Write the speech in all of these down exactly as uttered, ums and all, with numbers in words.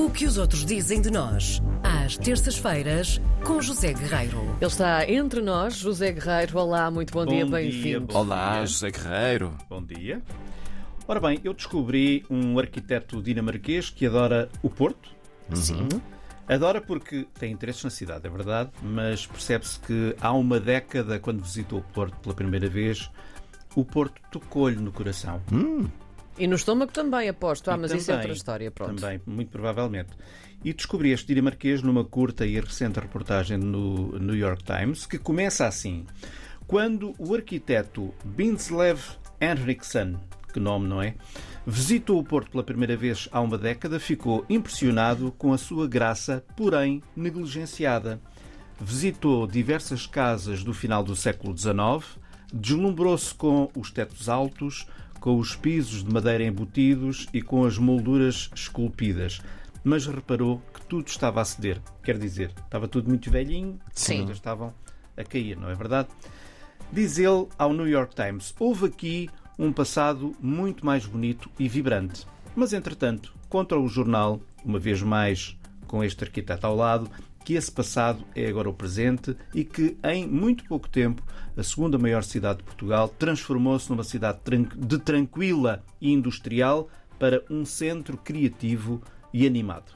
O que os outros dizem de nós, às terças-feiras, com José Guerreiro. Ele está entre nós, José Guerreiro. Olá, muito bom, Bom dia, dia, bem-vindo. bom Olá, dia. José Guerreiro. Bom dia. Ora bem, eu descobri um arquiteto dinamarquês que adora o Porto. Sim. Adora porque tem interesses na cidade, é verdade, mas percebe-se que há uma década, quando visitou o Porto pela primeira vez, o Porto tocou-lhe no coração. Hum, E no estômago também, aposto. Ah, E mas isso é também, outra história, pronto. Também, muito provavelmente. E descobri este dinamarquês numa curta e recente reportagem no New York Times, que começa assim. Quando o arquiteto Bindslev Henriksson, que nome, não é? Visitou o Porto pela primeira vez há uma década, ficou impressionado com a sua graça, porém negligenciada. Visitou diversas casas do final do século dezenove, deslumbrou-se com os tetos altos, com os pisos de madeira embutidos e com as molduras esculpidas. Mas reparou que tudo estava a ceder. Quer dizer, estava tudo muito velhinho, Sim. as coisas estavam a cair, não é verdade? Diz ele ao New York Times, houve aqui um passado muito mais bonito e vibrante. Mas, entretanto, contra o jornal, uma vez mais com este arquiteto ao lado, que esse passado é agora o presente e que, em muito pouco tempo, a segunda maior cidade de Portugal transformou-se numa cidade de tranquila e industrial para um centro criativo e animado.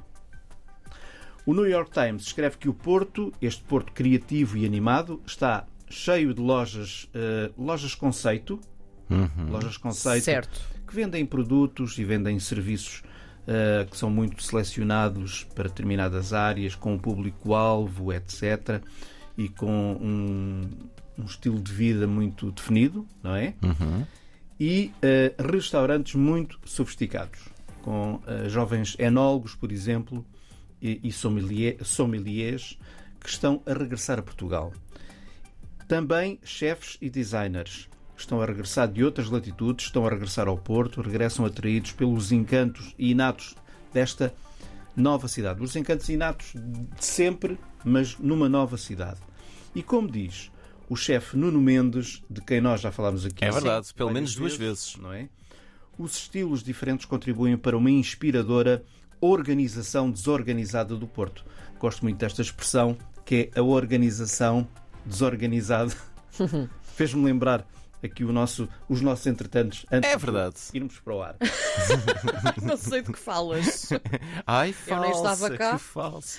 O New York Times escreve que o Porto, este Porto criativo e animado, está cheio de lojas, uh, lojas conceito, uhum. lojas conceito Certo. que vendem produtos e vendem serviços uh, que são muito selecionados para determinadas áreas, com um público-alvo, etcétera, e com um, um estilo de vida muito definido, não é? Uhum. E uh, restaurantes muito sofisticados, com uh, jovens enólogos, por exemplo, e, e sommelier, sommeliers que estão a regressar a Portugal. Também chefes e designers que estão a regressar de outras latitudes, estão a regressar ao Porto, regressam atraídos pelos encantos inatos desta nova cidade. Os encantos inatos de sempre, mas numa nova cidade. E como diz o chefe Nuno Mendes, de quem nós já falámos aqui. É verdade, pelo várias menos duas vezes. Não é? Os estilos diferentes contribuem para uma inspiradora organização desorganizada do Porto. Gosto muito desta expressão, que é a organização desorganizada. Fez-me lembrar aqui o nosso, os nossos entretantos antes É verdade. de irmos para o ar. Não sei de que falas. Ai, Eu falsa, nem estava cá. que falsa.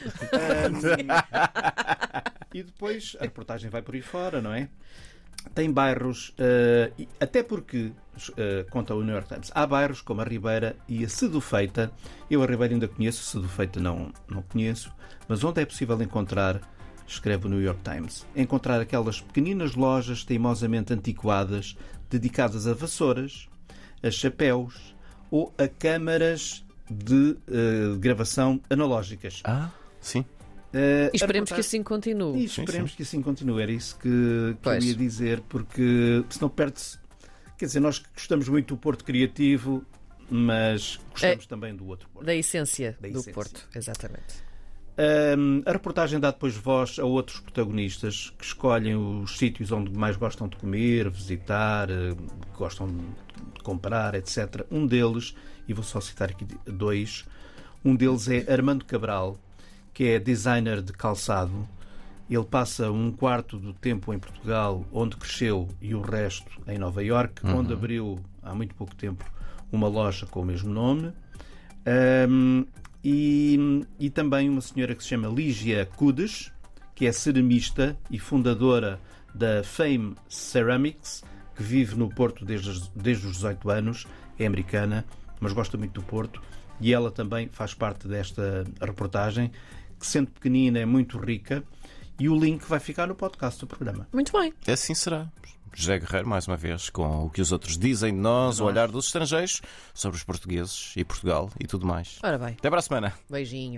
E depois a reportagem vai por aí fora, não é? Tem bairros, uh, e até porque, uh, conta o New York Times, há bairros como a Ribeira e a Sedufeita. Eu a Ribeira ainda conheço, a Sedufeita não, não conheço, mas onde é possível encontrar, escreve o New York Times, encontrar aquelas pequeninas lojas teimosamente antiquadas, dedicadas a vassouras, a chapéus ou a câmaras de uh, gravação analógicas. Ah, sim. Uh, E esperemos a que reportagem- assim continue. E esperemos sim. que assim continue. Era isso que, que eu Pois. ia dizer, porque senão perde-se. Quer dizer, nós gostamos muito do Porto Criativo, mas gostamos É. também do outro Porto. Da essência Da do essência. Porto, exatamente. Um, a reportagem dá depois voz a outros protagonistas que escolhem os sítios onde mais gostam de comer, visitar, eh, gostam de comprar, etcétera. Um deles, e vou só citar aqui dois, um deles é Armando Cabral, que é designer de calçado. Ele passa um quarto do tempo em Portugal, onde cresceu, e o resto em Nova Iorque, onde abriu há muito pouco tempo uma loja com o mesmo nome. Um, e, e também uma senhora que se chama Lígia Cudes, que é ceramista e fundadora da Fame Ceramics, que vive no Porto desde, os- desde os dezoito anos, é americana, mas gosta muito do Porto, e ela também faz parte desta reportagem, que sendo pequenina é muito rica, e o link vai ficar no podcast do programa. Muito bem. Assim será. José Guerreiro, mais uma vez, com o que os outros dizem de nós, o olhar dos estrangeiros sobre os portugueses e Portugal e tudo mais. Ora bem, Até para a semana. beijinho.